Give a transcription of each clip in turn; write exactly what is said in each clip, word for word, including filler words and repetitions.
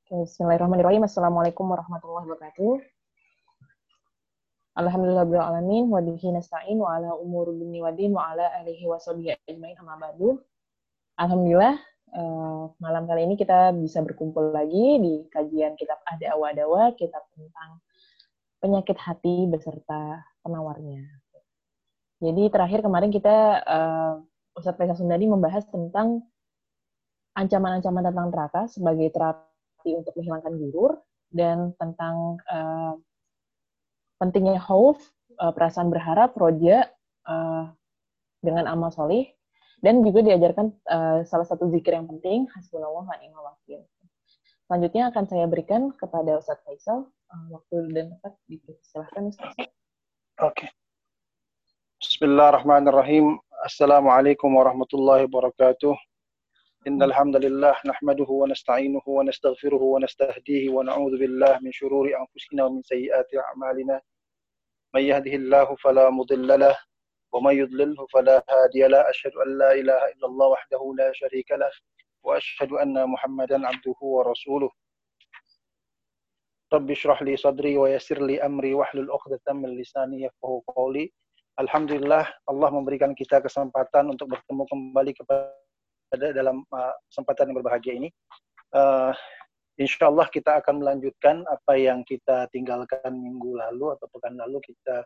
Bismillahirrahmanirrahim. Assalamualaikum warahmatullahi wabarakatuh. Alhamdulillahirabbil alamin wa bihi nasta'in wa ala umuri dunya waddin wa ala alihi washabihi ajmain amma ba'du. Alhamdulillah eh, malam kali ini kita bisa berkumpul lagi di kajian kitab Ad-Dawa Dawa, kitab tentang penyakit hati beserta penawarnya. Jadi terakhir kemarin kita uh, Ustadz Faisal Sundadi membahas tentang ancaman-ancaman tentang neraka sebagai terapi untuk menghilangkan gurur, dan tentang uh, pentingnya khauf, uh, perasaan berharap, roja, uh, dengan amal solih, dan juga diajarkan uh, salah satu zikir yang penting, hasbunallah wa ni'mal wakil. Selanjutnya akan saya berikan kepada Ustadz Faisal uh, waktu dan tempat, dipersilahkan Ustadz. Oke. Okay. Bismillahirrahmanirrahim. Assalamualaikum warahmatullahi wabarakatuh. Innal hamdalillah nahmaduhu wa nasta'inuhu wa nastaghfiruhu wa nastahdihi wa na'udzu billahi min shururi anfusina wa min sayyiati a'malina. May yahdihillahu fala mudilla lahu wa may yudlilhu fala hadiya lahu. Asyhadu an la ilaha illallah wahdahu la syarika lahu wa asyhadu anna Muhammadan 'abduhu wa rasuluh. Rabbi shrah li sadri wa yassir li amri wahlul 'uqdatam min lisani yafqahu qawli. Alhamdulillah, Allah memberikan kita kesempatan untuk bertemu kembali kepada dalam uh, kesempatan yang berbahagia ini. Uh, insya Allah kita akan melanjutkan apa yang kita tinggalkan minggu lalu atau pekan lalu. Kita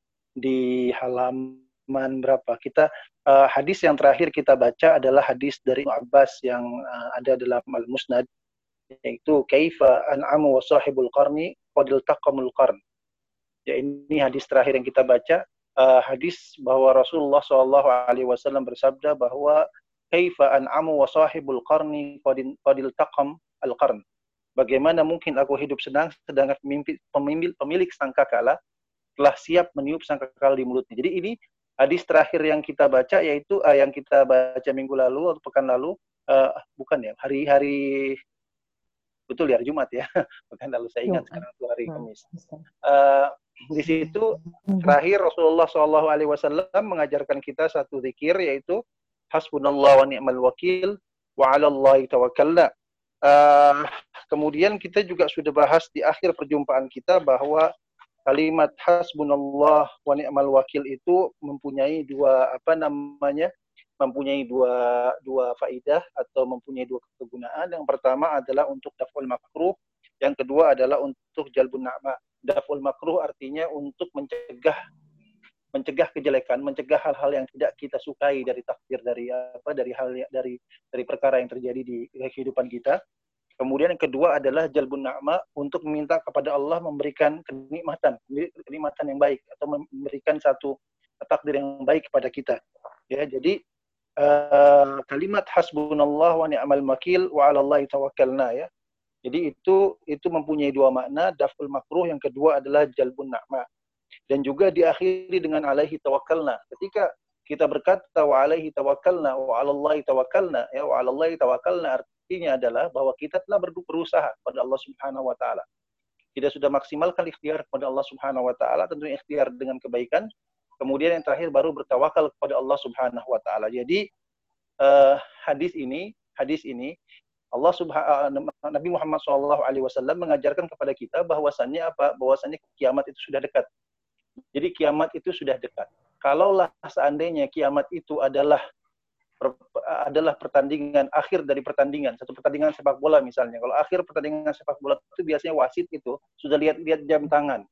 di halaman berapa? Kita uh, hadis yang terakhir kita baca adalah hadis dari Ibnu Abbas yang uh, ada dalam Al-Musnad, yaitu kaifa an'amu wa sahibul qarni qad iltaqamul qarn. Ya, ini hadis terakhir yang kita baca. Uh, hadis bahwa Rasulullah shallallahu alaihi wasallam bersabda bahwa kaifa an'amu wa sahibul qarni qad iltaqam al-qarn. Bagaimana mungkin aku hidup senang sedangkan pemimpin, pemimpin, pemilik sangkakala telah siap meniup sangkakala di mulutnya. Jadi ini hadis terakhir yang kita baca, yaitu uh, yang kita baca minggu lalu atau pekan lalu, uh, bukan ya, hari-hari betul ya, hari Jumat ya, pekan lalu saya ingat, sekarang itu hari Kamis. Uh, Di situ terakhir Rasulullah shallallahu alaihi wasallam mengajarkan kita satu zikir, yaitu hasbunallah wa ni'mal wakil wa 'alallahi tawakkalna. Uh, kemudian kita juga sudah bahas di akhir perjumpaan kita bahwa kalimat hasbunallah wa ni'mal wakil itu mempunyai dua apa namanya? mempunyai dua dua faidah atau mempunyai dua kegunaan. Yang pertama adalah untuk daf'ul makruh, yang kedua adalah untuk jalbun na'ma. Daf'ul makruh artinya untuk mencegah mencegah kejelekan, mencegah hal-hal yang tidak kita sukai dari takdir, dari apa dari hal dari dari perkara yang terjadi di kehidupan kita. Kemudian yang kedua adalah jalbun na'ma, untuk meminta kepada Allah memberikan kenikmatan, kenikmatan yang baik atau memberikan satu takdir yang baik kepada kita. Ya, jadi uh, kalimat hasbunallah wa ni'mal wakil wa 'alallahi tawakkalna, ya. Jadi itu itu mempunyai dua makna, daf'ul makruh, yang kedua adalah jalbun na'ma. Dan juga diakhiri dengan alaihi tawakkalna. Ketika kita berkata wa alaihi tawakkalna wa 'alallahi tawakkalna, ya, wa 'alallahi tawakkalna artinya adalah bahwa kita telah berusaha kepada Allah Subhanahu wa taala. Kita sudah maksimalkan ikhtiar kepada Allah Subhanahu wa taala, tentunya ikhtiar dengan kebaikan. Kemudian yang terakhir baru bertawakal kepada Allah Subhanahu wa taala. Jadi uh, hadis ini, hadis ini Allah Subhanahu Nabi Muhammad shallallahu alaihi wasallam mengajarkan kepada kita bahwasannya apa? Bahwasannya kiamat itu sudah dekat. Jadi kiamat itu sudah dekat. Kalaulah seandainya kiamat itu adalah per, adalah pertandingan, akhir dari pertandingan, satu pertandingan sepak bola misalnya. Kalau akhir pertandingan sepak bola itu biasanya wasit itu sudah lihat-lihat jam tangan.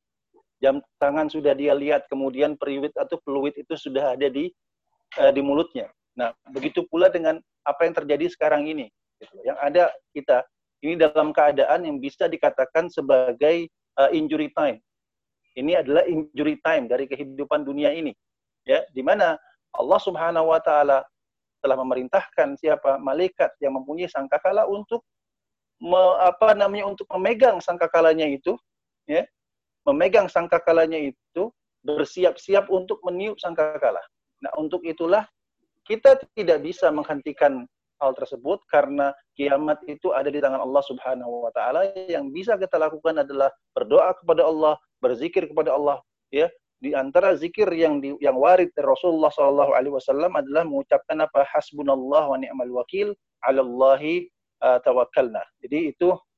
Jam tangan sudah dia lihat, kemudian periwit atau peluit itu sudah ada di uh, di mulutnya. Nah, begitu pula dengan apa yang terjadi sekarang ini. Yang ada kita ini dalam keadaan yang bisa dikatakan sebagai uh, injury time. Ini adalah injury time dari kehidupan dunia ini, ya, di mana Allah Subhanahu wa taala telah memerintahkan siapa? Malaikat yang mempunyai sangkakala untuk me, apa namanya untuk memegang sangkakalanya itu, ya. Memegang sangkakalanya itu, bersiap-siap untuk meniup sangkakala. Nah, untuk itulah kita tidak bisa menghentikan hal tersebut, karena kiamat itu ada di tangan Allah Subhanahu wa taala. Yang bisa kita lakukan adalah berdoa kepada Allah, berzikir kepada Allah, ya. Di antara zikir yang di, yang warid dari Rasulullah shallallahu alaihi wasallam adalah mengucapkan apa? Hasbunallah wa ni'mal wakil 'alallahi uh, tawakkalna. Jadi itu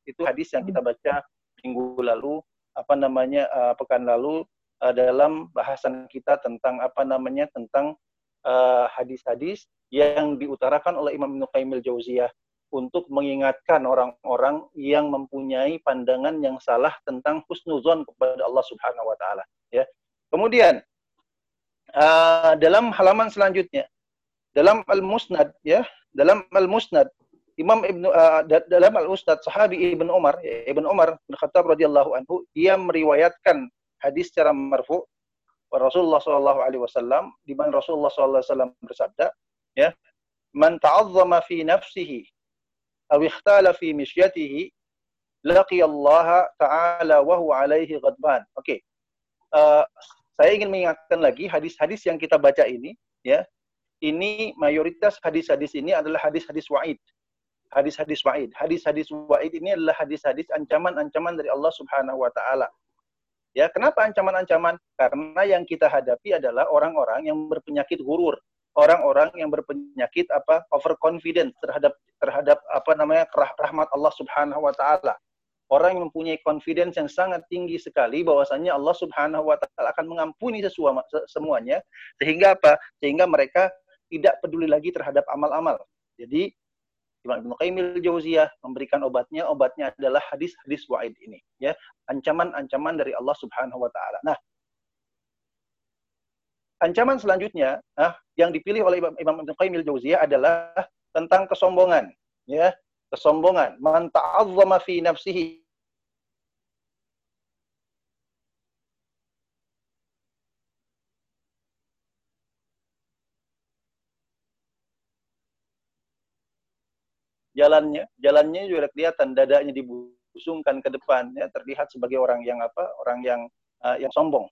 Itu hadis yang kita baca minggu lalu, apa namanya uh, pekan lalu uh, dalam bahasan kita tentang apa namanya tentang hadis-hadis uh, yang diutarakan oleh Imam Ibnu Qayyim al-Jauziyah untuk mengingatkan orang-orang yang mempunyai pandangan yang salah tentang husnuzon kepada Allah Subhanahu wa taala, ya. Kemudian uh, dalam halaman selanjutnya, dalam Al-Musnad, ya, dalam Al-Musnad Imam Ibnu uh, dalam Al-Musnad sahabi Ibnu Umar, ya, Ibnu Umar bin Khattab radhiyallahu anhu, dia meriwayatkan hadis secara marfu Rasulullah sallallahu alaihi wasallam, di mana Rasulullah sallallahu alaihi wasallam bersabda, ya, man ta'azzama fi nafsihi aw ikhtala fi mishyatihi laqiyallaha ta'ala wa huwa alaihi ghadban. Oke. Okay. Uh, saya ingin mengingatkan lagi hadis-hadis yang kita baca ini, ya. Ini mayoritas hadis-hadis ini adalah hadis-hadis wa'id. Hadis-hadis wa'id. Hadis-hadis wa'id ini adalah hadis-hadis ancaman-ancaman dari Allah Subhanahu wa taala. Ya, kenapa ancaman-ancaman? Karena yang kita hadapi adalah orang-orang yang berpenyakit ghurur, orang-orang yang berpenyakit apa? Overconfidence terhadap terhadap apa namanya? rahmat Allah Subhanahu wa taala. Orang yang mempunyai confidence yang sangat tinggi sekali bahwasanya Allah Subhanahu wa taala akan mengampuni sesuatu semuanya, sehingga apa? Sehingga mereka tidak peduli lagi terhadap amal-amal. Jadi Imam Ibnu Qayyim al-Jauziyah memberikan obatnya, obatnya adalah hadis-hadis wa'id ini, ya, ancaman-ancaman dari Allah Subhanahu wa taala. Nah, ancaman selanjutnya, nah, yang dipilih oleh Imam Ibnu Qayyim al-Jauziyah adalah tentang kesombongan, ya, kesombongan. Man ta'azzama fi nafsihi, jalannya, jalannya juga kelihatan, dadanya dibusungkan ke depan, ya, terlihat sebagai orang yang apa? Orang yang uh, yang sombong.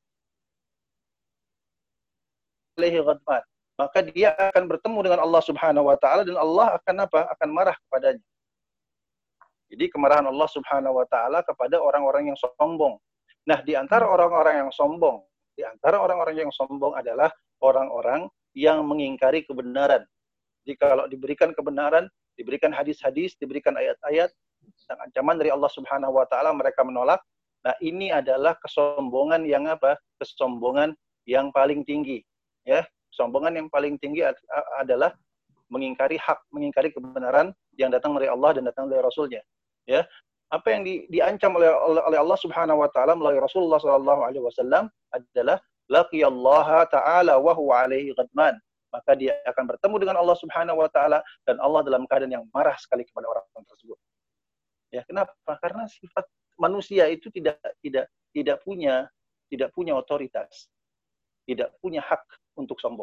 Maka dia akan bertemu dengan Allah Subhanahu wa taala dan Allah akan apa? Akan marah kepadanya. Jadi kemarahan Allah Subhanahu wa taala kepada orang-orang yang sombong. Nah, di antara orang-orang yang sombong, di antara orang-orang yang sombong adalah orang-orang yang mengingkari kebenaran. Jadi kalau diberikan kebenaran, diberikan hadis-hadis, diberikan ayat-ayat tentang ancaman dari Allah Subhanahu wa taala, mereka menolak. Nah, ini adalah kesombongan yang apa? Kesombongan yang paling tinggi, ya. Kesombongan yang paling tinggi adalah mengingkari hak, mengingkari kebenaran yang datang dari Allah dan datang dari Rasul-Nya, ya. Apa yang di, diancam oleh, oleh Allah Subhanahu wa taala melalui Rasulullah sallallahu alaihi wasallam adalah laqiyallaha ta'ala wa huwa alaihi ghadman. Maka dia akan bertemu dengan Allah Subhanahu wa taala dan Allah dalam keadaan yang marah sekali kepada orang tersebut. Ya, kenapa? Karena sifat manusia itu tidak tidak tidak punya tidak punya otoritas, tidak punya hak untuk sombong.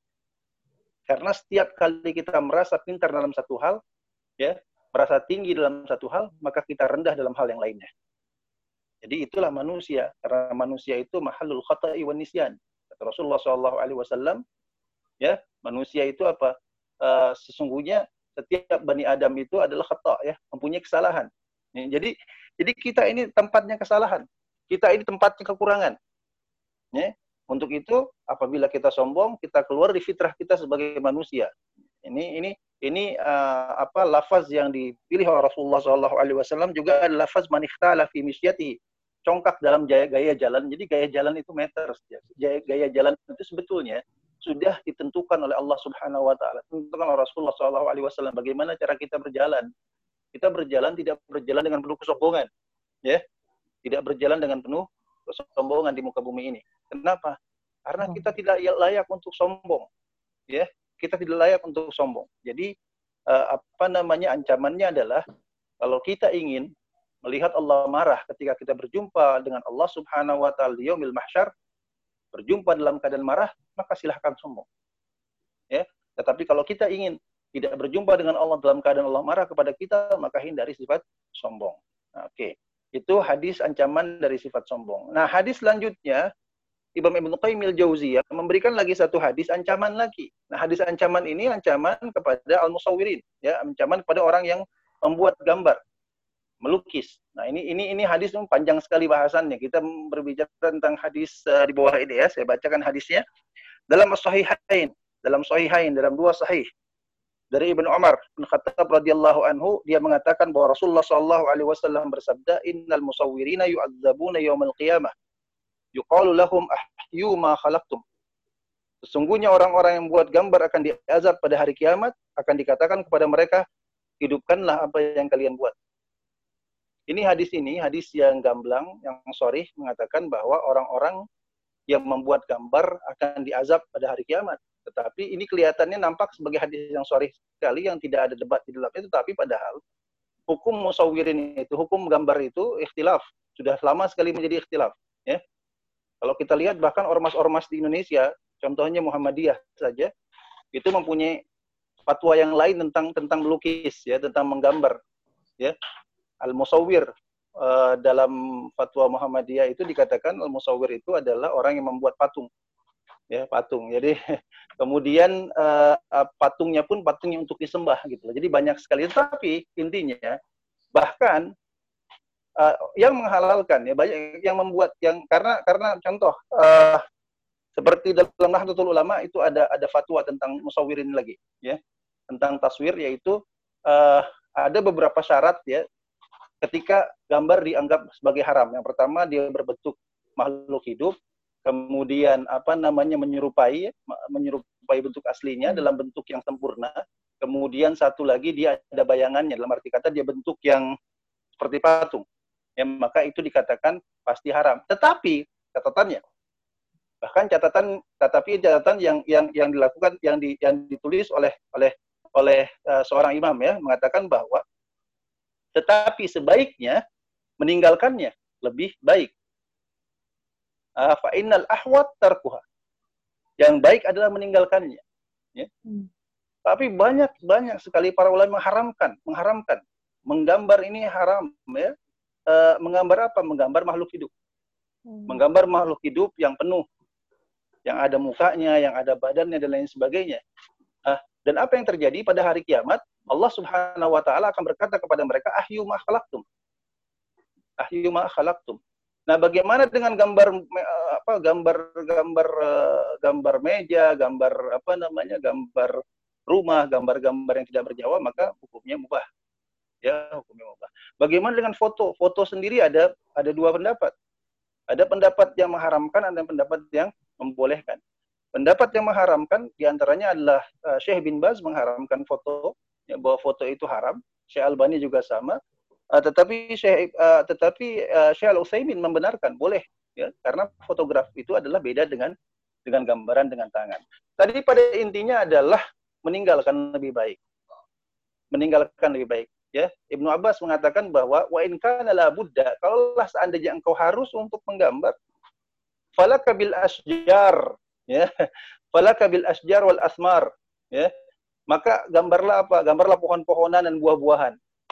Karena setiap kali kita merasa pintar dalam satu hal, ya, merasa tinggi dalam satu hal, maka kita rendah dalam hal yang lainnya. Jadi itulah manusia, karena manusia itu mahallul khata'i wan nisyan. Kata Rasulullah sallallahu alaihi wasallam, ya, manusia itu apa? Uh, sesungguhnya setiap Bani Adam itu adalah khata', ya, mempunyai kesalahan. Ya, jadi jadi kita ini tempatnya kesalahan. Kita ini tempatnya kekurangan. Ya. Untuk itu, apabila kita sombong, kita keluar di fitrah kita sebagai manusia. Ini ini ini uh, apa lafaz yang dipilih oleh Rasulullah sallallahu alaihi wasallam juga adalah lafaz man ikhtala fi misyatihi. Congkak dalam gaya, gaya jalan. Jadi gaya jalan itu meter. Gaya, gaya jalan itu sebetulnya sudah ditentukan oleh Allah Subhanahu wa taala. Ditentukan oleh Rasulullah sallallahu alaihi wasallam bagaimana cara kita berjalan. Kita berjalan tidak berjalan dengan penuh kesombongan, ya. Tidak berjalan dengan penuh kesombongan di muka bumi ini. Kenapa? Karena kita tidak layak untuk sombong, ya. Kita tidak layak untuk sombong. Jadi uh, apa namanya ancamannya adalah kalau kita ingin melihat Allah marah ketika kita berjumpa dengan Allah Subhanahu wa taala di yaumil mahsyar, berjumpa dalam keadaan marah, maka silahkan sombong. Ya, tetapi kalau kita ingin tidak berjumpa dengan Allah dalam keadaan Allah marah kepada kita, maka hindari sifat sombong. Nah, oke. Okay. Itu hadis ancaman dari sifat sombong. Nah, hadis selanjutnya Imam Ibnu Qayyim al-Jauziyah memberikan lagi satu hadis ancaman lagi. Nah, hadis ancaman ini ancaman kepada al-musawwirin, ya, ancaman kepada orang yang membuat gambar, melukis. Nah, ini ini ini hadis panjang sekali bahasannya. Kita berbicara tentang hadis uh, di bawah ini, ya. Saya bacakan hadisnya dalam as-sahihain, dalam sahihain, dalam dua sahih. Dari Ibnu Umar bin Khattab radhiyallahu anhu, dia mengatakan bahwa Rasulullah shallallahu alaihi wasallam bersabda, "Innal musawwirina yu'adzabuna yaumal qiyamah. Yuqalu lahum ahyu ma khalaqtum." Sesungguhnya orang-orang yang membuat gambar akan diazab pada hari kiamat, akan dikatakan kepada mereka, hidupkanlah apa yang kalian buat. Ini hadis ini, hadis yang gamblang, yang sharih, mengatakan bahwa orang-orang yang membuat gambar akan diazab pada hari kiamat. Tetapi ini kelihatannya nampak sebagai hadis yang sharih sekali, yang tidak ada debat di dalamnya, tetapi padahal hukum musawwirin itu, hukum gambar itu ikhtilaf. Sudah lama sekali menjadi ikhtilaf. Ya. Kalau kita lihat bahkan ormas-ormas di Indonesia, contohnya Muhammadiyah saja, itu mempunyai fatwa yang lain tentang tentang melukis, ya, tentang menggambar. Ya. Al-musawwir, uh, dalam fatwa Muhammadiyah itu dikatakan al-musawwir itu adalah orang yang membuat patung, ya, patung. Jadi kemudian uh, patungnya pun patungnya untuk disembah gitu. Jadi banyak sekali. Tapi intinya bahkan uh, yang menghalalkan, ya, banyak yang membuat, yang karena karena contoh uh, seperti dalam Nahdlatul Ulama itu ada ada fatwa tentang musawwirin lagi, ya, tentang taswir, yaitu uh, ada beberapa syarat, ya, ketika gambar dianggap sebagai haram. Yang pertama, dia berbentuk makhluk hidup, kemudian apa namanya menyerupai menyerupai bentuk aslinya dalam bentuk yang sempurna. Kemudian satu lagi, dia ada bayangannya, dalam arti kata dia bentuk yang seperti patung. Ya, maka itu dikatakan pasti haram. Tetapi catatannya, bahkan catatan tetapi catatan yang yang yang dilakukan, yang di, yang ditulis oleh oleh oleh uh, seorang imam, ya, mengatakan bahwa tetapi sebaiknya meninggalkannya lebih baik. Fa innal ahwat tarkuha. Yang baik adalah meninggalkannya. Ya. Hmm. Tapi banyak banyak sekali para ulama mengharamkan, mengharamkan, menggambar ini haram, ya. E, menggambar apa? Menggambar makhluk hidup. Hmm. Menggambar makhluk hidup yang penuh, yang ada mukanya, yang ada badannya dan lain sebagainya. Ah, dan apa yang terjadi pada hari kiamat? Allah Subhanahu wa taala akan berkata kepada mereka, ahyu ma khalaqtum. Ahyu ma khalaqtum. Nah, bagaimana dengan gambar apa gambar gambar gambar meja, gambar apa namanya? gambar rumah, gambar-gambar yang tidak bernyawa, maka hukumnya mubah. Ya, hukumnya mubah. Bagaimana dengan foto? Foto sendiri ada ada dua pendapat. Ada pendapat yang mengharamkan, ada pendapat yang membolehkan. Pendapat yang mengharamkan diantaranya adalah uh, Syekh bin Baz mengharamkan foto, ya, bahwa foto itu haram. Syekh Albani juga sama. Uh, tetapi Syekh uh, tetapi uh, Syekh Al-Utsaimin membenarkan boleh, ya, karena fotografi itu adalah beda dengan dengan gambaran dengan tangan. Tadi pada intinya adalah meninggalkan lebih baik. Meninggalkan lebih baik, ya. Ibnu Abbas mengatakan bahwa wa in kana la budda, kalaulah seandainya engkau harus untuk menggambar, falaka bil asjar, ya. Falaka bil asjar wal asmar, ya. Maka gambarlah apa? Gambarlah pohon-pohonan dan buah-buahan.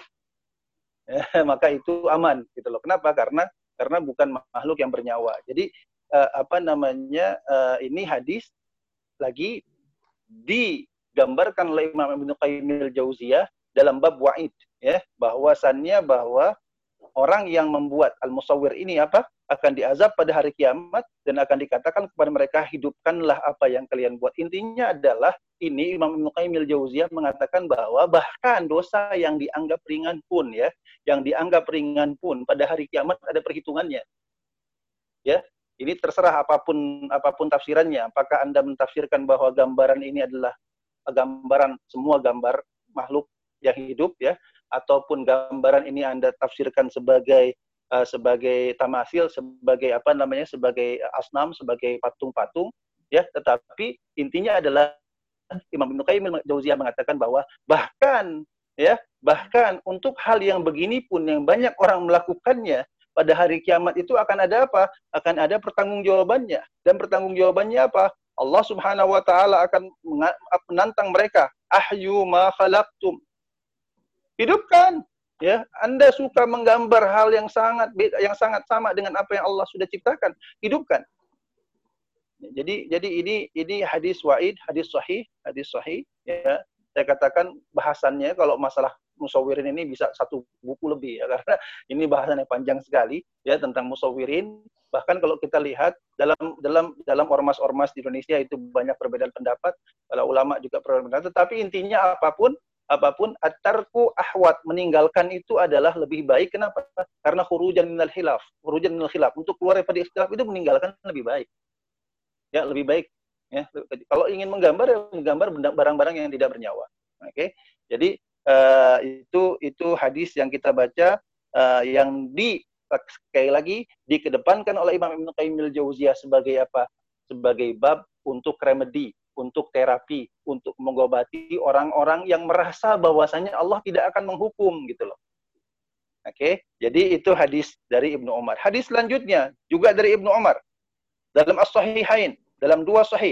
Ya, maka itu aman, gitu loh. Kenapa? Karena karena bukan makhluk yang bernyawa. Jadi uh, apa namanya? Uh, ini hadis lagi digambarkan oleh Imam Ibnu Qayyim al-Jauziyah dalam bab wa'id, ya, bahwasannya bahwa orang yang membuat al-musawwir ini apa? Akan diazab pada hari kiamat dan akan dikatakan kepada mereka, hidupkanlah apa yang kalian buat. Intinya adalah ini Imam Ibnu Qayyim al-Jauziyah mengatakan bahwa bahkan dosa yang dianggap ringan pun, ya, yang dianggap ringan pun pada hari kiamat ada perhitungannya. Ya, ini terserah apapun apapun tafsirannya. Apakah Anda mentafsirkan bahwa gambaran ini adalah gambaran semua gambar makhluk yang hidup, ya, ataupun gambaran ini Anda tafsirkan sebagai Uh, sebagai tamasil, sebagai apa namanya, sebagai asnam, sebagai patung-patung, ya. Tetapi intinya adalah Imam Ibnu Qayyim al-Jauziyah mengatakan bahwa bahkan, ya, bahkan untuk hal yang begini pun yang banyak orang melakukannya pada hari kiamat itu akan ada apa? Akan ada pertanggungjawabannya. Dan pertanggungjawabannya apa? Allah Subhanahu wa taala akan menantang mereka, ahyu ma khalaqtum. Hidupkan. Ya, Anda suka menggambar hal yang sangat beda, yang sangat sama dengan apa yang Allah sudah ciptakan, hidupkan. Jadi jadi ini ini hadis wa'id, hadis sahih, hadis sahih, ya. Saya katakan bahasannya kalau masalah musawwirin ini bisa satu buku lebih, ya, karena ini bahasannya panjang sekali, ya, tentang musawwirin. Bahkan kalau kita lihat dalam dalam dalam ormas-ormas di Indonesia itu banyak perbedaan pendapat, para ulama juga perbedaan pendapat, tetapi intinya apapun apapun at-tarku ahwat, meninggalkan itu adalah lebih baik. Kenapa? Karena khurujan minal khilaf, khurujan minal khilaf, untuk keluar dari ikhtilaf itu meninggalkan lebih baik. Ya, lebih baik. Ya, kalau ingin menggambar, ya menggambar barang-barang yang tidak bernyawa. Oke, okay? Jadi uh, itu itu hadis yang kita baca, uh, yang di sekali lagi dikedepankan oleh Imam Ibnu Qayyim al-Jauziyah sebagai apa? Sebagai bab untuk remedi, untuk terapi, untuk mengobati orang-orang yang merasa bahwasanya Allah tidak akan menghukum gitu loh. Oke, okay? Jadi itu hadis dari Ibnu Umar. Hadis selanjutnya juga dari Ibnu Umar dalam As-Sahihain, dalam dua sahih.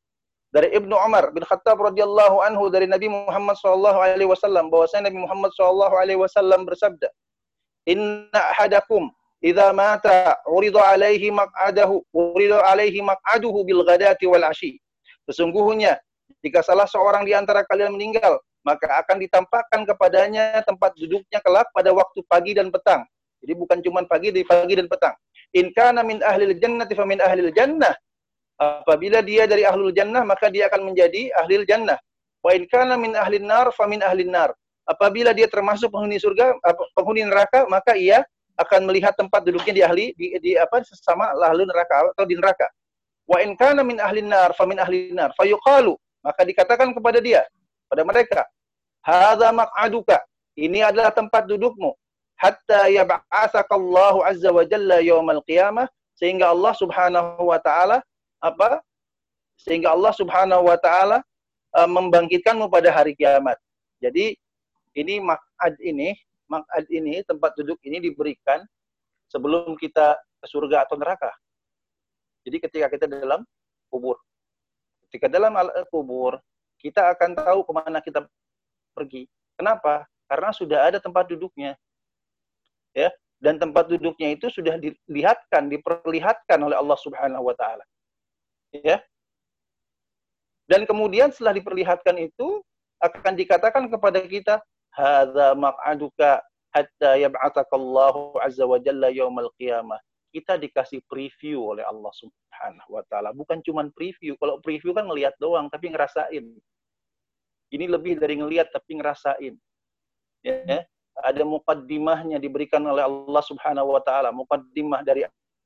Dari Ibnu Umar bin Khattab radhiyallahu anhu dari Nabi Muhammad sallallahu alaihi wasallam bahwasanya Nabi Muhammad sallallahu alaihi wasallam bersabda, "Inna ahadakum idza mata urida alaihi maq'adahu urida alaihi maq'aduhu bil ghadati wal 'ashi." Sesungguhnya jika salah seorang di antara kalian meninggal, maka akan ditampakkan kepadanya tempat duduknya kelak pada waktu pagi dan petang. Jadi bukan cuma pagi, di pagi dan petang. In kana min ahlil jannati fa min ahlil jannah. Apabila dia dari ahlul jannah, maka dia akan menjadi ahlil jannah. Wa in kana min ahlin nar fa min ahlin nar. Apabila dia termasuk penghuni surga, penghuni neraka, maka ia akan melihat tempat duduknya di ahli di, di apa sesama ahli neraka atau di neraka. Wa in kana min ahlin nar fa min ahlin nar. Fa yuqalu, maka dikatakan kepada dia, pada mereka, hadza maq'aduka. Ini adalah tempat dudukmu. Hatta yab'atsakallahu azza wa jalla yaumal qiyamah, sehingga Allah Subhanahu wa taala apa? Sehingga Allah Subhanahu wa taala uh, membangkitkanmu pada hari kiamat. Jadi ini maq'ad ini, maq'ad ini, tempat duduk ini diberikan sebelum kita ke surga atau neraka. Jadi ketika kita dalam kubur. Ketika dalam kubur, kita akan tahu kemana kita pergi. Kenapa? Karena sudah ada tempat duduknya. Ya, dan tempat duduknya itu sudah dilihatkan, diperlihatkan oleh Allah Subhanahu wa taala. Ya. Dan kemudian setelah diperlihatkan itu akan dikatakan kepada kita, hadza maq'aduka hatta yab'atsakallahu azza wa jalla yaumal qiyamah. Kita dikasih preview oleh Allah Subhanahu wa taala. Bukan cuma preview. Kalau preview kan ngelihat doang tapi ngerasain. Ini lebih dari ngelihat tapi ngerasain. Ya. Ada muqaddimahnya diberikan oleh Allah Subhanahu wa taala, muqaddimah dari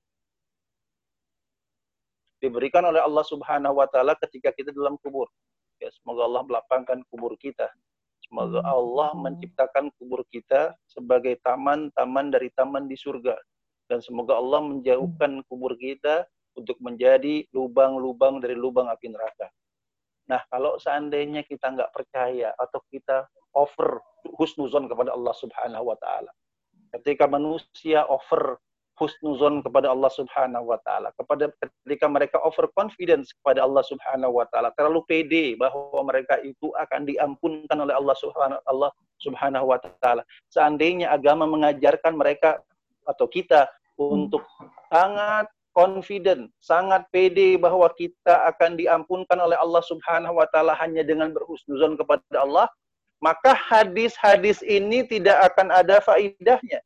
diberikan oleh Allah Subhanahu wa taala ketika kita dalam kubur. Ya, semoga Allah melapangkan kubur kita. Semoga Allah menciptakan kubur kita sebagai taman-taman dari taman di surga. Dan semoga Allah menjauhkan kubur kita untuk menjadi lubang-lubang dari lubang api neraka. Nah, kalau seandainya kita nggak percaya atau kita over husnuzon kepada Allah Subhanahu wa taala. Ketika manusia over husnuzon kepada Allah Subhanahu wa taala, kepada ketika mereka over confidence kepada Allah Subhanahu wa taala, terlalu pede bahwa mereka itu akan diampunkan oleh Allah Subhanahu Allah Subhanahu wa taala. Seandainya agama mengajarkan mereka atau kita untuk sangat confident, sangat pede bahwa kita akan diampunkan oleh Allah Subhanahu wa taala hanya dengan berhusnuzon kepada Allah, maka hadis-hadis ini tidak akan ada faidahnya.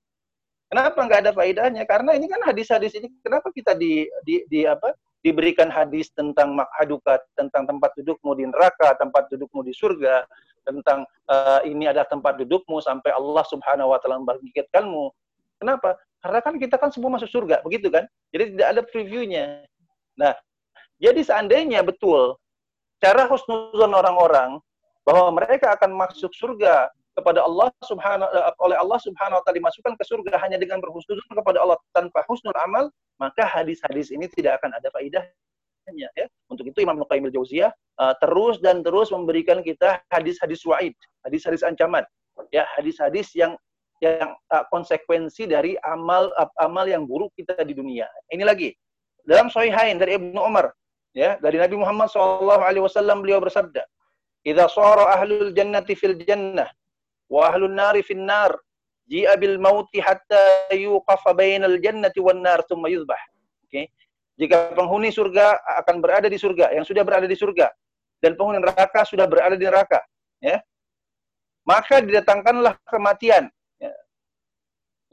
Kenapa nggak ada faedahnya? Karena ini kan hadis-hadis ini, kenapa kita di, di, di apa diberikan hadis tentang maq'aduka, tentang tempat dudukmu di neraka, tempat dudukmu di surga, tentang uh, ini adalah tempat dudukmu sampai Allah Subhanahu wa taala membangkitkanmu. Kenapa? Karena kan kita kan semua masuk surga, begitu kan? Jadi tidak ada previewnya. Nah, jadi seandainya betul cara husnuzon orang-orang bahwa mereka akan masuk surga kepada Allah Subhanahu oleh Allah Subhanahu wa taala, dimasukkan ke surga hanya dengan berhusnuzon kepada Allah tanpa husnul amal, maka hadis-hadis ini tidak akan ada faedahnya, ya. Untuk itu Imam Ibnu Qayyim al-Jauziyah uh, terus dan terus memberikan kita hadis-hadis wa'id, hadis-hadis ancaman, ya, hadis-hadis yang yang uh, konsekuensi dari amal uh, amal yang buruk kita di dunia. Ini lagi dalam Sahihain dari Ibnu Umar, ya, dari Nabi Muhammad shallallahu alaihi wasallam, beliau bersabda, "Idza shara ahlul jannati fil jannah wa ahlun nari fin nar, ji'a bil mauti hatta yuqafa bainal jannati wan nar tsumma yuzbah." Oke. Okay. Jika penghuni surga akan berada di surga, yang sudah berada di surga, dan penghuni neraka sudah berada di neraka, ya, maka didatangkanlah kematian, ya, ya,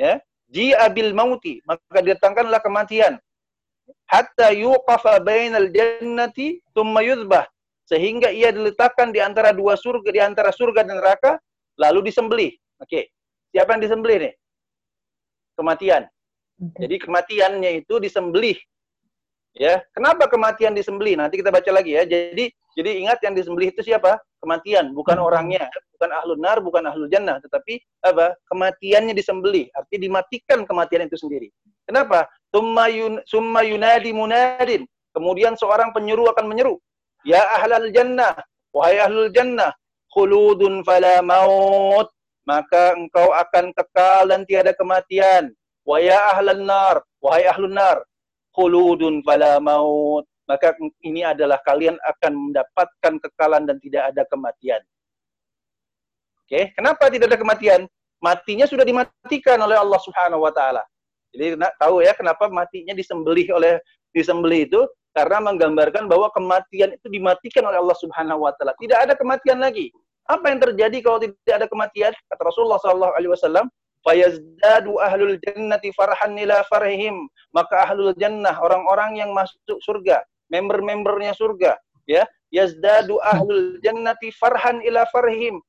Ji'a bil mauti, maka didatangkanlah kematian. Hatta yuqafa bainal jannati thumma yudhbah, sehingga ia diletakkan di antara dua surga, di antara surga dan neraka, lalu disembelih. Oke. Siapa yang disembelih nih? Kematian. Jadi kematiannya itu disembelih. Ya, kenapa kematian disembelih? Nanti kita baca lagi ya. Jadi jadi ingat yang disembelih itu siapa? Kematian, bukan orangnya, bukan ahlun nar, bukan ahlul jannah, tetapi apa? Kematiannya disembelih, artinya dimatikan kematian itu sendiri. Kenapa? Summa yun, summa yunadi munadin. Kemudian seorang penyuruh akan menyeru, ya ahlal jannah, wahai ahlul jannah, khuludun fala maut, maka engkau akan kekal dan tiada kematian. Wa ya ahlan nar, wahai ahlun nar, khuludun fala maut, maka ini adalah kalian akan mendapatkan kekalan dan tidak ada kematian. Oke, kenapa tidak ada kematian? Matinya sudah dimatikan oleh Allah Subhanahu wa taala. Jadi tahu ya kenapa matinya disembelih oleh disembelih itu, karena menggambarkan bahwa kematian itu dimatikan oleh Allah Subhanahu wa taala. Tidak ada kematian lagi. Apa yang terjadi kalau tidak ada kematian? Kata Rasulullah sallallahu alaihi wasallam, fayazdadu ahlul jannati farhan ila farhihim, maka ahlul jannah, orang-orang yang masuk surga, member-membernya surga, ya, yazdadu ahlul jannati farhan ila farhihim,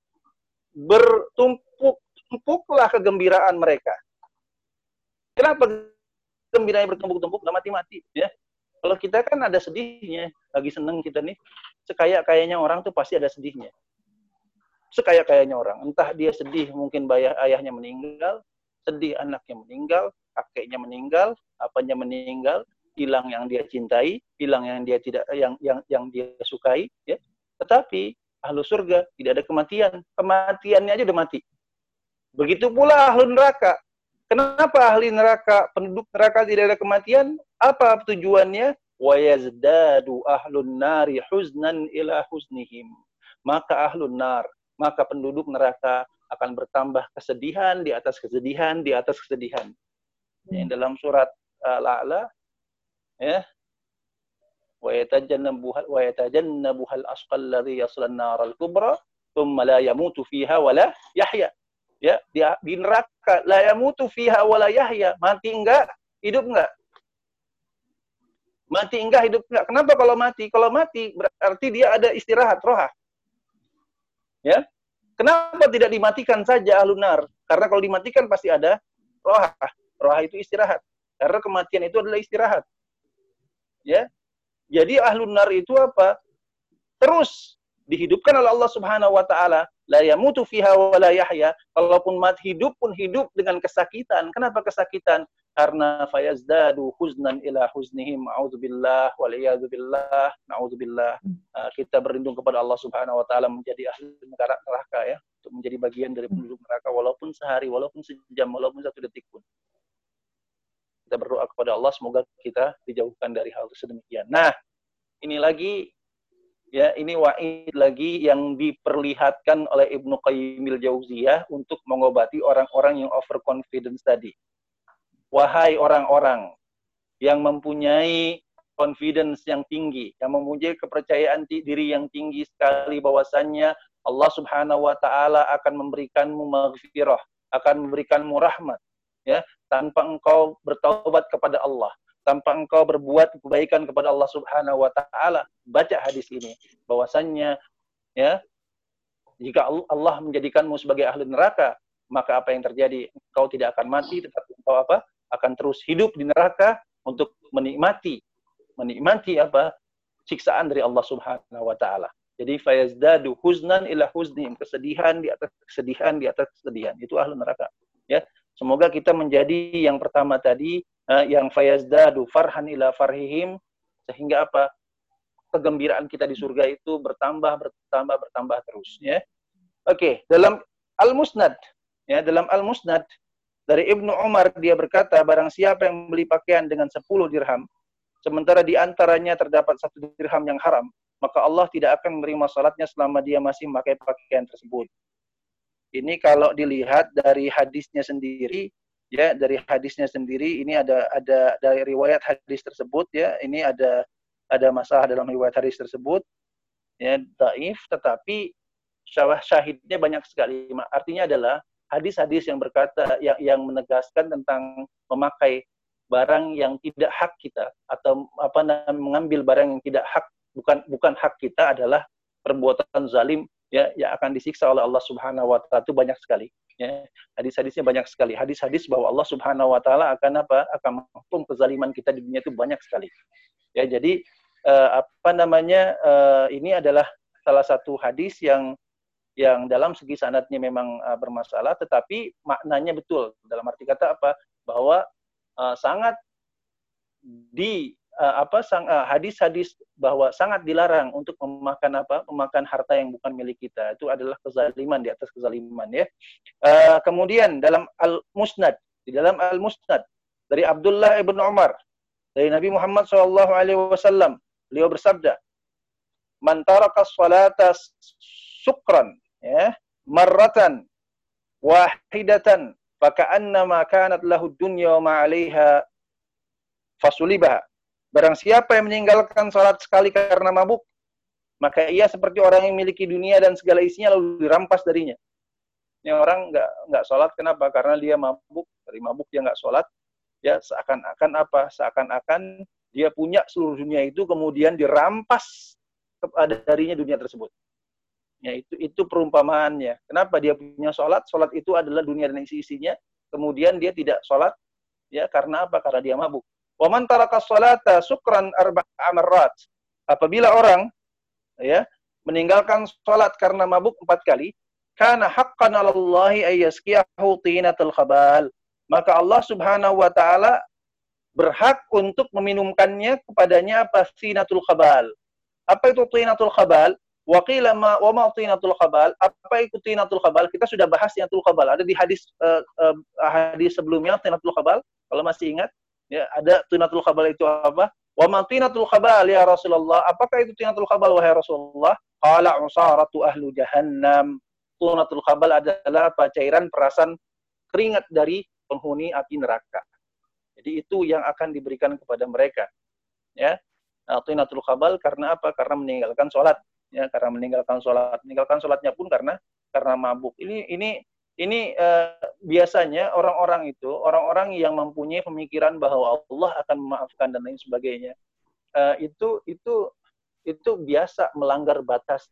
bertumpuk-tumpuklah kegembiraan mereka. Kenapa gembiranya bertumpuk-tumpuk? Nggak mati-mati, ya. Kalau kita kan ada sedihnya, lagi seneng kita nih, sekaya-kayanya orang tuh pasti ada sedihnya. Sekaya-kayanya orang, entah dia sedih mungkin bayah ayahnya meninggal, sedih anaknya meninggal, kakeknya meninggal, apanya meninggal, hilang yang dia cintai, hilang yang dia tidak yang yang yang dia sukai, ya. Tetapi ahlu surga tidak ada kematian, kematiannya aja udah mati. Begitu pula ahlu neraka. Kenapa ahli neraka, penduduk neraka tidak ada kematian? Apa tujuannya? Wa yazdadu ahlun nari huznan ila huznihim. Maka ahlun nar, maka penduduk neraka akan bertambah kesedihan di atas kesedihan di atas kesedihan. Hmm. Yang dalam surat Al-A'la, ya, wa yatajannabuhal wa yatajannabuhal asqal ladzi yaslan naral kubra thumma la yamutu fiha wa la yahya. Ya, di, di neraka la yamutu fiha wa la yahya, mati enggak, hidup enggak. Mati enggak, hidup enggak. Kenapa kalau mati? Kalau mati berarti dia ada istirahat, rohah. Ya. Kenapa tidak dimatikan saja ahlun nar? Karena kalau dimatikan pasti ada rohah. Rohah itu istirahat. Karena kematian itu adalah istirahat. Ya. Jadi ahlun nar itu apa? Terus dihidupkan oleh Allah Subhanahu wa taala, la yamutu fiha wa la yahya. Kalaupun mati hidup pun hidup dengan kesakitan. Kenapa kesakitan? Karena fayazdadu huznan ila huznihim, a'udzubillah wal iyadzu billah, na'udzubillah. Uh, kita berlindung kepada Allah Subhanahu wa taala menjadi ahli neraka, ya, untuk menjadi bagian dari penduduk neraka walaupun sehari, walaupun sejam, walaupun satu detik pun. Kita berdoa kepada Allah semoga kita dijauhkan dari hal sedemikian. Nah, ini lagi, ya, ini wa'id lagi yang diperlihatkan oleh Ibnu Qayyimil Jauziyah untuk mengobati orang-orang yang overconfidence tadi. Wahai orang-orang yang mempunyai confidence yang tinggi, yang mempunyai kepercayaan diri yang tinggi sekali bahwasannya Allah Subhanahu wa taala akan memberikanmu maghfirah, akan memberikanmu rahmat, ya, tanpa engkau bertaubat kepada Allah, tanpa engkau berbuat kebaikan kepada Allah Subhanahu wa taala. Baca hadis ini bahwasannya, ya, jika Allah menjadikanmu sebagai ahli neraka, maka apa yang terjadi? Engkau tidak akan mati, tetapi engkau apa? Akan terus hidup di neraka untuk menikmati menikmati apa? Siksaan dari Allah Subhanahu wa taala. Jadi fayazdadu huznan ila huznihim, kesedihan di atas kesedihan di atas kesedihan. Itu ahli neraka, ya. Semoga kita menjadi yang pertama tadi, uh, yang fayazdadu farhan ila farhihim, sehingga apa? Kegembiraan kita di surga itu bertambah bertambah bertambah terus, ya. Oke, okay. Dalam Al-Musnad, ya, dalam Al-Musnad dari Ibnu Umar, dia berkata, barang siapa yang beli pakaian dengan sepuluh dirham, sementara di antaranya terdapat satu dirham yang haram, maka Allah tidak akan menerima salatnya selama dia masih memakai pakaian tersebut. Ini kalau dilihat dari hadisnya sendiri, ya, dari hadisnya sendiri, ini ada ada dari riwayat hadis tersebut, ya, ini ada ada masalah dalam riwayat hadis tersebut, ya, dhaif, tetapi syahidnya banyak sekali. Artinya adalah hadis-hadis yang berkata yang yang menegaskan tentang memakai barang yang tidak hak kita atau apa namanya mengambil barang yang tidak hak bukan bukan hak kita adalah perbuatan zalim ya yang akan disiksa oleh Allah Subhanahu wa taala. Itu banyak sekali ya. Hadis-hadisnya banyak sekali. Hadis-hadis bahwa Allah Subhanahu wa taala akan apa? Akan menghukum kezaliman kita di dunia itu banyak sekali. Ya, jadi uh, apa namanya uh, ini adalah salah satu hadis yang yang dalam segi sanadnya memang uh, bermasalah, tetapi maknanya betul. Dalam arti kata apa? Bahwa uh, sangat di uh, apa sang, uh, hadis-hadis bahwa sangat dilarang untuk memakan apa? Memakan harta yang bukan milik kita. Itu adalah kezaliman di atas kezaliman ya. Uh, kemudian dalam Al-Musnad, di dalam Al-Musnad dari Abdullah ibn Umar dari Nabi Muhammad shallallahu alaihi wasallam, beliau bersabda, "Man taraka salata sukran, ya, marratan wahidatan, faka'annama kanat lahu dunya wa ma 'alaiha fasulibaha." Barang siapa yang meninggalkan salat sekali karena mabuk, maka ia seperti orang yang memiliki dunia dan segala isinya lalu dirampas darinya. Ini orang nggak nggak salat kenapa? Karena dia mabuk, dari mabuk dia nggak salat. Ya, seakan-akan apa? Seakan-akan dia punya seluruh dunia itu kemudian dirampas kepada darinya dunia tersebut. Ya, itu itu perumpamaannya. Kenapa dia punya sholat? Sholat itu adalah dunia dan isi-isinya. Kemudian dia tidak sholat, ya karena apa? Karena dia mabuk. Wa man taraka sholata sukran arba'a marrat. Apabila orang ya meninggalkan sholat karena mabuk empat kali, kana haqqan 'alallahi ay yaskiyahu tinatul khabal. Maka Allah Subhanahu wa taala berhak untuk meminumkannya kepadanya apa? Tinatul khabal. Apa itu tinatul khabal? Wa qila ma wa ma tinatul khabal? Apa itu tinatul khabal? Kita sudah bahas tinatul khabal. Ada di hadis uh, uh, hadis sebelumnya tinatul khabal, kalau masih ingat, ya, ada tinatul khabal itu apa? Wa ma tinatul khabal ya Rasulullah? Apakah itu tinatul khabal wahai Rasulullah? Qala usaratu ahlu jahannam. Tinatul khabal adalah apa? Cairan perasan keringat dari penghuni api neraka. Jadi itu yang akan diberikan kepada mereka. Ya, tinatul khabal karena apa? Karena meninggalkan sholat. Ya, karena meninggalkan sholat. Meninggalkan sholatnya pun karena karena mabuk. Ini ini ini uh, biasanya orang-orang itu orang-orang yang mempunyai pemikiran bahwa Allah akan memaafkan dan lain sebagainya. Uh, itu itu itu biasa melanggar batas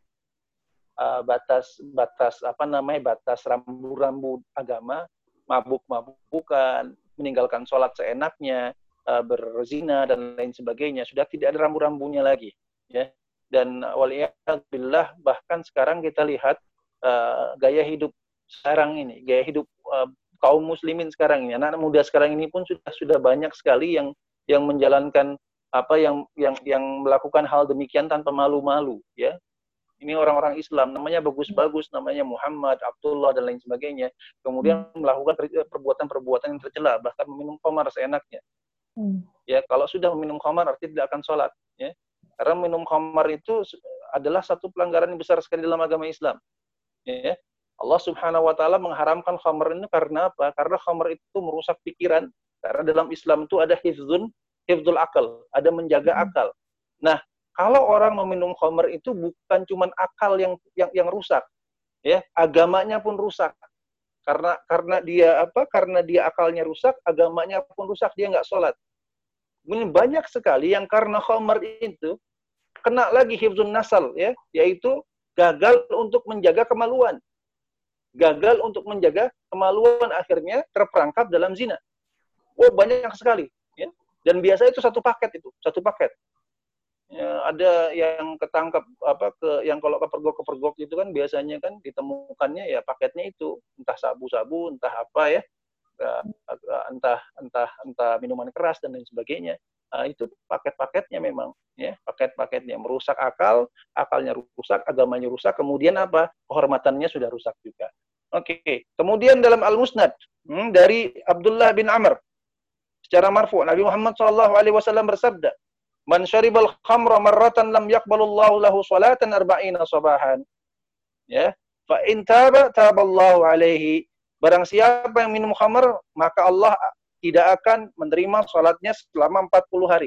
uh, batas batas apa namanya batas rambu-rambu agama. Mabuk-mabukan, meninggalkan sholat seenaknya, uh, berzina dan lain sebagainya, sudah tidak ada rambu-rambunya lagi, ya. Dan waliyadzubillah bahkan sekarang kita lihat uh, gaya hidup sekarang ini, gaya hidup uh, kaum muslimin sekarang ini, anak muda sekarang ini pun sudah sudah banyak sekali yang yang menjalankan apa yang yang yang melakukan hal demikian tanpa malu-malu, ya. Ini orang-orang Islam, namanya bagus-bagus, namanya Muhammad, Abdullah, dan lain sebagainya. Kemudian melakukan perbuatan-perbuatan yang tercela, bahkan meminum khamar seenaknya. Hmm. Ya, kalau sudah meminum khamar, artinya tidak akan sholat. Ya. Karena minum khamar itu adalah satu pelanggaran yang besar sekali dalam agama Islam. Ya. Allah Subhanahu wa taala mengharamkan khamar ini karena apa? Karena khamar itu merusak pikiran. Karena dalam Islam itu ada hifzun, hifzul akal, ada menjaga akal. Nah, kalau orang meminum khamar itu bukan cuma akal yang yang yang rusak, ya, agamanya pun rusak. Karena karena dia apa? Karena dia akalnya rusak, agamanya pun rusak, dia nggak sholat. Mungkin banyak sekali yang karena khamar itu kena lagi hifzun nasal, ya, yaitu gagal untuk menjaga kemaluan. Gagal untuk menjaga kemaluan, akhirnya terperangkap dalam zina. Oh, banyak sekali, ya. Dan biasanya itu satu paket itu, satu paket. Ya, ada yang ketangkap apa ke yang kalau kepergok-kepergok itu kan biasanya kan ditemukannya ya paketnya itu entah sabu-sabu, entah apa ya, entah entah entah minuman keras dan lain sebagainya. Nah, itu paket-paketnya memang ya, paket-paketnya merusak akal, akalnya rusak, agamanya rusak, kemudian apa? Kehormatannya sudah rusak juga. Oke, okay. Kemudian dalam Al-Musnad hmm, dari Abdullah bin Amr secara marfu, Nabi Muhammad shallallahu alaihi wasallam bersabda, "Man syaribal khamra marratan lam yaqbalullahu lahu salatan arba'ina sabahan." Ya, fa in taba taballahu alaihi. Barang siapa yang minum khamr, maka Allah tidak akan menerima salatnya selama empat puluh hari.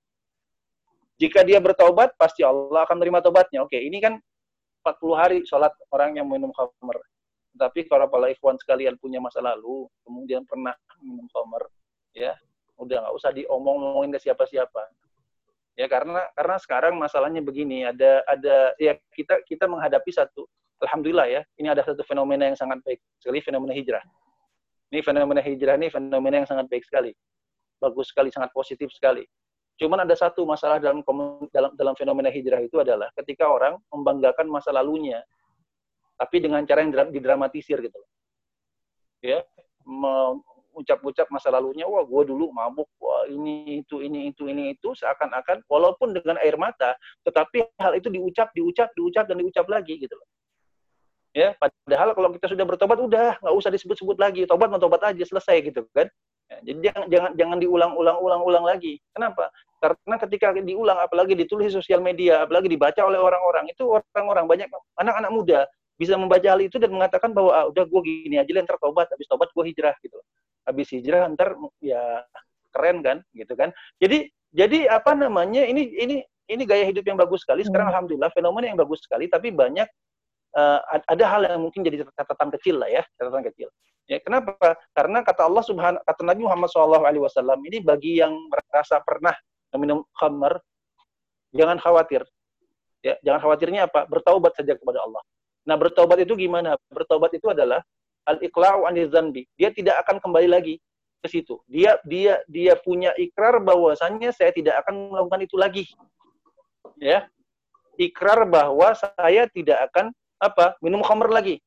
Jika dia bertaubat, pasti Allah akan menerima taubatnya. Oke, ini kan empat puluh hari salat orang yang minum khamr. Tapi kalau para ikhwan sekalian punya masa lalu, kemudian pernah minum khamr, ya, udah nggak usah diomong-omongin ke siapa-siapa. Ya karena karena sekarang masalahnya begini, ada ada ya kita kita menghadapi satu, alhamdulillah ya, ini ada satu fenomena yang sangat baik sekali, fenomena hijrah. Ini fenomena hijrah ini fenomena yang sangat baik sekali. Bagus sekali, sangat positif sekali. Cuman ada satu masalah dalam dalam dalam fenomena hijrah itu adalah ketika orang membanggakan masa lalunya, tapi dengan cara yang didramatisir gitu. Ya, mengucap-ucap masa lalunya, wah gue dulu mabuk, wah ini itu ini itu ini itu seakan-akan walaupun dengan air mata, tetapi hal itu diucap, diucap, diucap dan diucap lagi gitu loh. Ya, padahal kalau kita sudah bertobat udah nggak usah disebut-sebut lagi, tobat mau tobat aja selesai gitu kan. Ya, jadi jangan jangan jangan diulang-ulang-ulang-ulang lagi. Kenapa? Karena ketika diulang, apalagi ditulis di sosial media, apalagi dibaca oleh orang-orang, itu orang-orang banyak anak-anak muda bisa membaca hal itu dan mengatakan bahwa ah, udah gue gini aja, ntar tobat, habis tobat gue hijrah gitu. Habis hijrah ntar ya keren kan, gitu kan. Jadi jadi apa namanya ini ini ini gaya hidup yang bagus sekali. Sekarang hmm. alhamdulillah fenomena yang bagus sekali, tapi banyak uh, ada hal yang mungkin jadi catatan kecil lah ya, catatan kecil. Ya, kenapa? Karena kata Allah Subhanahu, kata Nabi Muhammad shallallahu alaihi wasallam ini bagi yang merasa pernah minum khamr, jangan khawatir. Ya, jangan khawatirnya apa? Bertaubat saja kepada Allah. Nah, bertaubat itu gimana? Bertaubat itu adalah al-iqla'u anil dzanbi. Dia tidak akan kembali lagi ke situ. Dia dia dia punya ikrar bahwasannya saya tidak akan melakukan itu lagi. Ya. Ikrar bahwa saya tidak akan apa? Minum khamr lagi.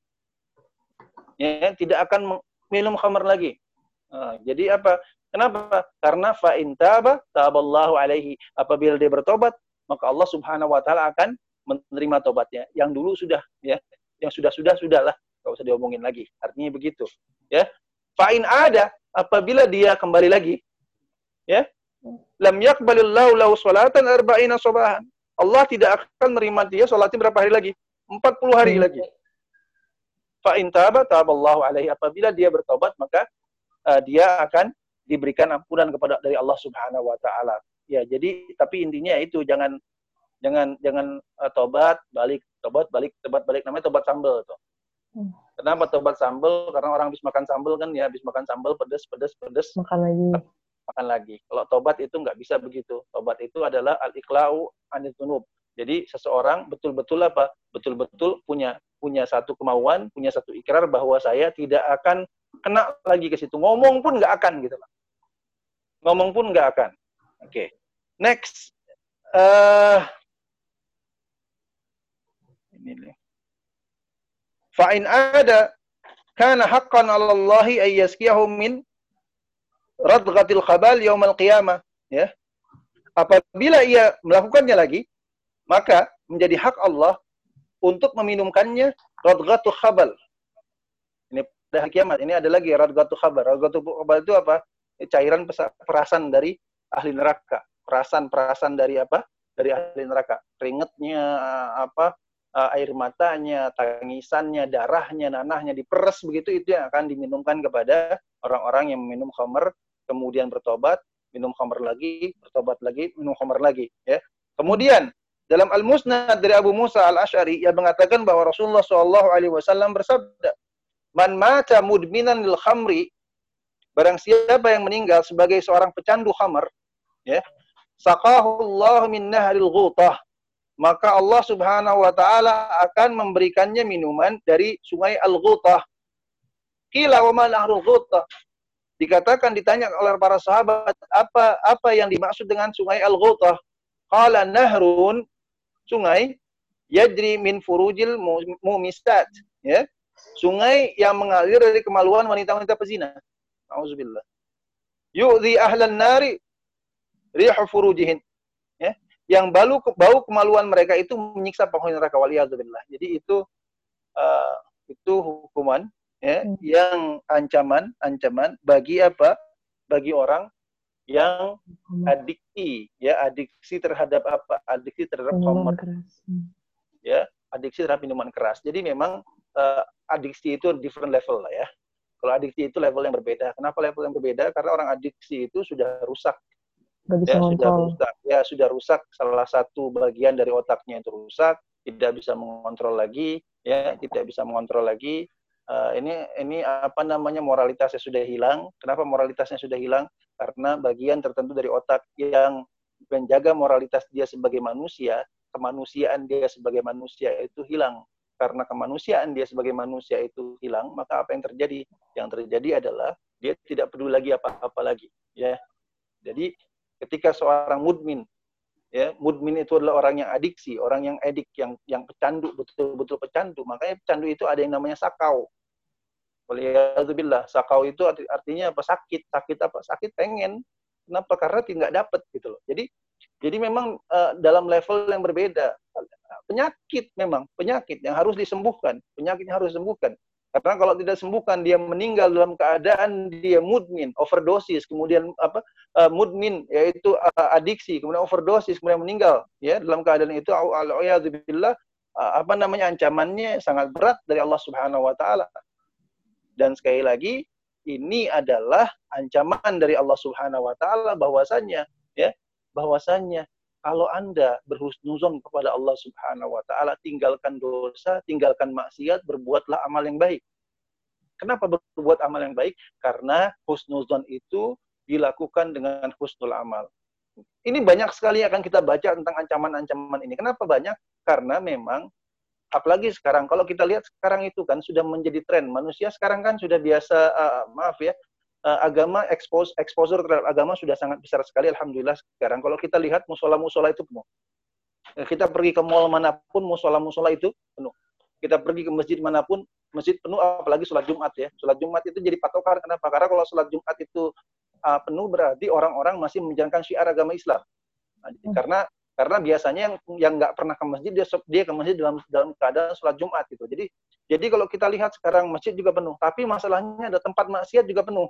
Ya, tidak akan minum khamr lagi. Nah, jadi apa? Kenapa? Karena fa in taba taballahu alaihi. Apabila dia bertobat, maka Allah Subhanahu wa taala akan menerima tobatnya. Yang dulu sudah ya, yang sudah-sudah sudahlah, enggak usah diomongin lagi. Artinya begitu, ya. Fa in ada, apabila dia kembali lagi, ya. Lam yaqbalillahu lahu salatan arba'ina sabahan. Allah tidak akan menerima dia salatnya berapa hari lagi? empat puluh hari hmm. lagi. Fa in taba taballahu alaihi. Apabila dia bertobat, maka uh, dia akan diberikan ampunan kepada dari Allah Subhanahu wa taala. Ya, jadi tapi intinya itu jangan jangan jangan uh, tobat balik, tobat balik, tobat balik, namanya tobat sambal tuh. Hmm. Kenapa tobat sambal? Karena orang habis makan sambal kan ya, habis makan sambal pedes pedes pedes makan lagi. Makan lagi. Kalau tobat itu nggak bisa begitu. Tobat itu adalah al-iqla'u anil dzunub. Jadi seseorang betul-betul apa? Betul-betul punya punya satu kemauan, punya satu ikrar bahwa saya tidak akan kena lagi ke situ. Ngomong pun nggak akan gitu lah. Ngomong pun nggak akan. Oke. Okay. Next. Uh, ini nih. Fa in ada kana haqqan 'ala Allahi ay yaskiyahu min radghatil khabal yaumal qiyamah, ya. Apabila ia melakukannya lagi, maka menjadi hak Allah untuk meminumkannya radghatul khabal. Ini pada hari kiamat. Ini ada lagi radghatul khabal. Radghatul khabal itu apa? Cairan perasan dari ahli neraka. Perasan-perasan dari apa? Dari ahli neraka. Keringetnya, apa? Air matanya, tangisannya, darahnya, nanahnya diperes begitu, itu yang akan diminumkan kepada orang-orang yang meminum khamr, kemudian bertobat, minum khamr lagi, bertobat lagi, minum khamr lagi, ya. Kemudian dalam Al-Musnad dari Abu Musa Al-Asy'ari yang mengatakan bahwa Rasulullah shallallahu alaihi wasallam bersabda, "Man mata mudminan lil khamri," barang siapa yang meninggal sebagai seorang pecandu khamr, ya, saqahu Allah min nahril ghutah, maka Allah Subhanahu wa taala akan memberikannya minuman dari sungai Al-Ghutah. Qila wa ma nahrul ghutah? Dikatakan, ditanya oleh para sahabat, apa apa yang dimaksud dengan sungai Al-Ghutah? Qala nahrun, sungai yajri min furujil mumisat, ya. Sungai yang mengalir dari kemaluan wanita-wanita pezina. Auzubillah. Yu'dhi ahlan nari rihu furujihin, ya. Yang bau bau kemaluan mereka itu menyiksa penghuni neraka, waliyadzubillah. Jadi itu uh, itu hukuman, ya, hmm. yang ancaman ancaman bagi apa? Bagi orang yang adiksi, ya, adiksi terhadap apa? Adiksi terhadap khamr. Ya, adiksi terhadap minuman keras. Jadi memang uh, adiksi itu different level lah ya. Kalau adiksi itu level yang berbeda. Kenapa level yang berbeda? Karena orang adiksi itu sudah rusak. Ya, sudah rusak. Ya, sudah rusak. Salah satu bagian dari otaknya itu rusak, tidak bisa mengontrol lagi, ya, tidak bisa mengontrol lagi. Uh, ini ini apa namanya moralitasnya sudah hilang. Kenapa moralitasnya sudah hilang? Karena bagian tertentu dari otak yang menjaga moralitas dia sebagai manusia, kemanusiaan dia sebagai manusia itu hilang. Karena kemanusiaan dia sebagai manusia itu hilang, maka apa yang terjadi? Yang terjadi adalah dia tidak peduli lagi apa-apa lagi, ya. Jadi ketika seorang mudmin, ya, mudmin itu adalah orang yang adiksi, orang yang edik, yang yang pecandu, betul-betul pecandu. Makanya pecandu itu ada yang namanya sakau. Waliyadzubillah, sakau itu artinya apa? Sakit, sakit apa? Sakit pengen. Kenapa? Karena tidak dapat gitu loh. Jadi jadi memang uh, dalam level yang berbeda. Penyakit memang, penyakit yang harus disembuhkan, penyakit yang harus disembuhkan. Karena kalau tidak sembuhkan, dia meninggal dalam keadaan dia mudmin, overdosis, kemudian apa uh, mudmin, yaitu uh, adiksi, kemudian overdosis, kemudian meninggal. Ya, dalam keadaan itu, al-a'yadzubillah, uh, apa namanya ancamannya sangat berat dari Allah Subhanahu Wa Taala. Dan sekali lagi, ini adalah ancaman dari Allah Subhanahu Wa Taala bahwasannya, ya, bahwasannya kalau Anda berhusnuzon kepada Allah Subhanahu Wa Taala, tinggalkan dosa, tinggalkan maksiat, berbuatlah amal yang baik. Kenapa berbuat amal yang baik? Karena husnuzon itu dilakukan dengan husnul amal. Ini banyak sekali akan kita baca tentang ancaman-ancaman ini. Kenapa banyak? Karena memang apalagi sekarang, kalau kita lihat sekarang itu kan sudah menjadi tren. Manusia sekarang kan sudah biasa, uh, maaf ya, uh, agama, expose, exposure terhadap agama sudah sangat besar sekali, alhamdulillah sekarang. Kalau kita lihat musola-musola itu penuh. Kita pergi ke mall manapun, musola-musola itu penuh. Kita pergi ke masjid manapun, masjid penuh, apalagi sholat Jumat ya. Sholat Jumat itu jadi patokan, kenapa? Karena kalau sholat Jumat itu uh, penuh, berarti orang-orang masih menjalankan syiar agama Islam. Nah, karena karena biasanya yang yang nggak pernah ke masjid, dia dia ke masjid dalam dalam keadaan sholat Jumat gitu. Jadi jadi kalau kita lihat sekarang masjid juga penuh, tapi masalahnya ada tempat maksiat juga penuh,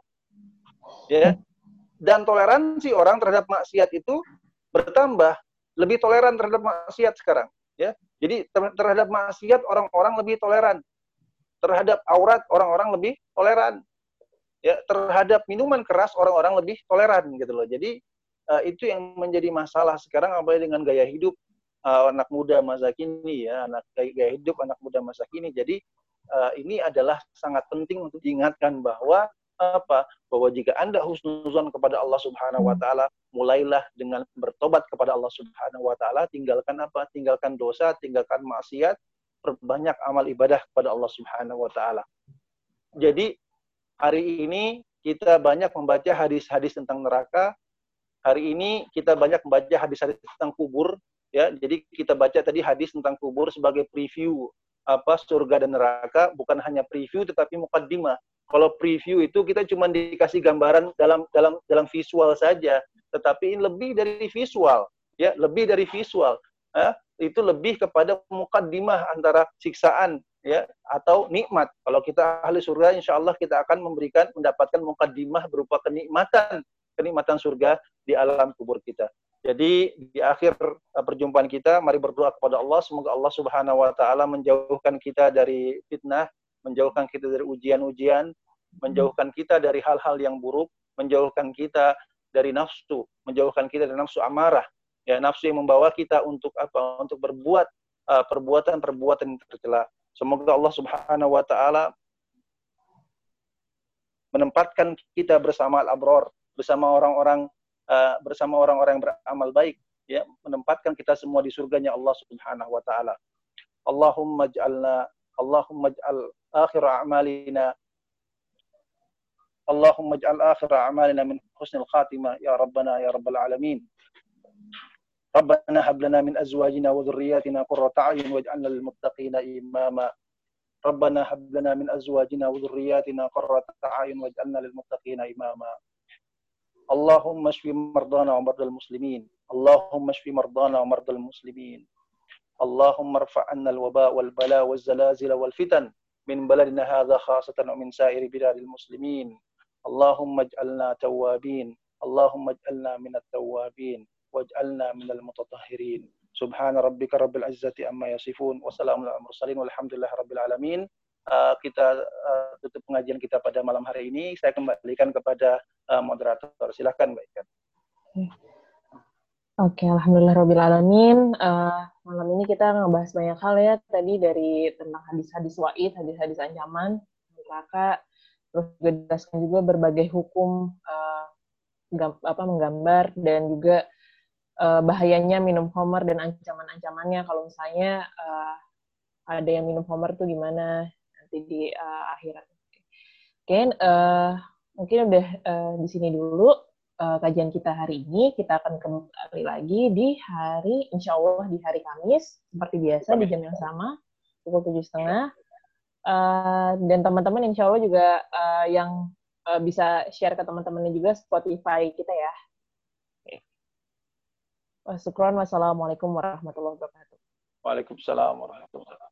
ya. Dan toleransi orang terhadap maksiat itu bertambah, lebih toleran terhadap maksiat sekarang, ya. Jadi terhadap maksiat orang-orang lebih toleran, terhadap aurat orang-orang lebih toleran, ya. Terhadap minuman keras orang-orang lebih toleran gitu loh. Jadi uh, itu yang menjadi masalah sekarang, apalagi dengan gaya hidup uh, anak muda masa kini, ya, anak gaya hidup anak muda masa kini. Jadi uh, ini adalah sangat penting untuk diingatkan bahwa apa? Bahwa jika Anda husnuzon kepada Allah Subhanahu Wa Taala, mulailah dengan bertobat kepada Allah Subhanahu Wa Taala, tinggalkan apa? Tinggalkan dosa, tinggalkan maksiat, perbanyak amal ibadah kepada Allah Subhanahu Wa Taala. Jadi hari ini kita banyak membaca hadis-hadis tentang neraka. Hari ini kita banyak membaca hadis-hadis tentang kubur, ya. Jadi kita baca tadi hadis tentang kubur sebagai preview apa surga dan neraka, bukan hanya preview tetapi mukaddimah. Kalau preview itu kita cuma dikasih gambaran dalam dalam dalam visual saja, tetapi ini lebih dari visual, ya, lebih dari visual. Eh, itu lebih kepada mukaddimah antara siksaan, ya, atau nikmat. Kalau kita ahli surga, insya Allah kita akan memberikan mendapatkan mukaddimah berupa kenikmatan kenikmatan surga di alam kubur kita. Jadi di akhir perjumpaan kita, mari berdoa kepada Allah, semoga Allah Subhanahu Wa Taala menjauhkan kita dari fitnah, menjauhkan kita dari ujian-ujian, menjauhkan kita dari hal-hal yang buruk, menjauhkan kita dari nafsu, menjauhkan kita dari nafsu amarah, ya, nafsu yang membawa kita untuk apa? Untuk berbuat uh, perbuatan-perbuatan yang tercela. Semoga Allah Subhanahu Wa Taala menempatkan kita bersama al-abror, bersama orang-orang uh, bersama orang-orang yang beramal baik, ya, menempatkan kita semua di surganya Allah Subhanahu Wa Taala. Allahumma ij'alna Allahumma ij'al akhir a'malina Allahumma ij'al akhir a'malina min husnil khatimah ya rabbana ya rabbal alamin. Rabbana hab lana min azwajina wa dhurriyyatina qurrata a'yun waj'alna lil muttaqina imama. Rabbana hab lana min azwajina wa dhurriyyatina qurrata a'yun waj'alna lil muttaqina imama. Allahumma shfi mardana wa mardal muslimin. Allahumma shfi mardana wa mardal muslimin. Allahumma irfa' 'anna al-waba' wal bala waz zalazil wal fitan min baladina hadha khasatan wa min sa'iri biladil muslimin. Allahumma ij'alna tawwabin. Allahumma ij'alna minat tawwabin waj'alna minal mutatahhirin. Subhana rabbika rabbil izzati amma yasifun wa salamun alal mursalin walhamdulillahi rabbil alamin. Uh, kita uh, tutup pengajian kita pada malam hari ini. Saya kembalikan kepada uh, moderator. Silakan, Mbak Ikan. Oke, alhamdulillah rabbil alamin. Uh, malam ini kita ngebahas banyak hal ya, tadi dari tentang hadis-hadis wa'id, hadis-hadis ancaman. celaka, terus juga dijelaskan juga berbagai hukum uh, gam, apa menggambar dan juga uh, bahayanya minum homer dan ancaman-ancamannya kalau misalnya uh, ada yang minum homer tuh gimana nanti di uh, akhirat. Oke, uh, mungkin udah uh, di sini dulu uh, kajian kita hari ini. Kita akan kembali lagi di hari, insya Allah di hari Kamis, seperti biasa di jam yang sama, pukul tujuh setengah. Uh, dan teman-teman insya Allah juga uh, yang uh, bisa share ke teman-temannya juga Spotify kita ya. Oke. Syukran, wassalamualaikum warahmatullahi wabarakatuh. Waalaikumsalam warahmatullahi wabarakatuh.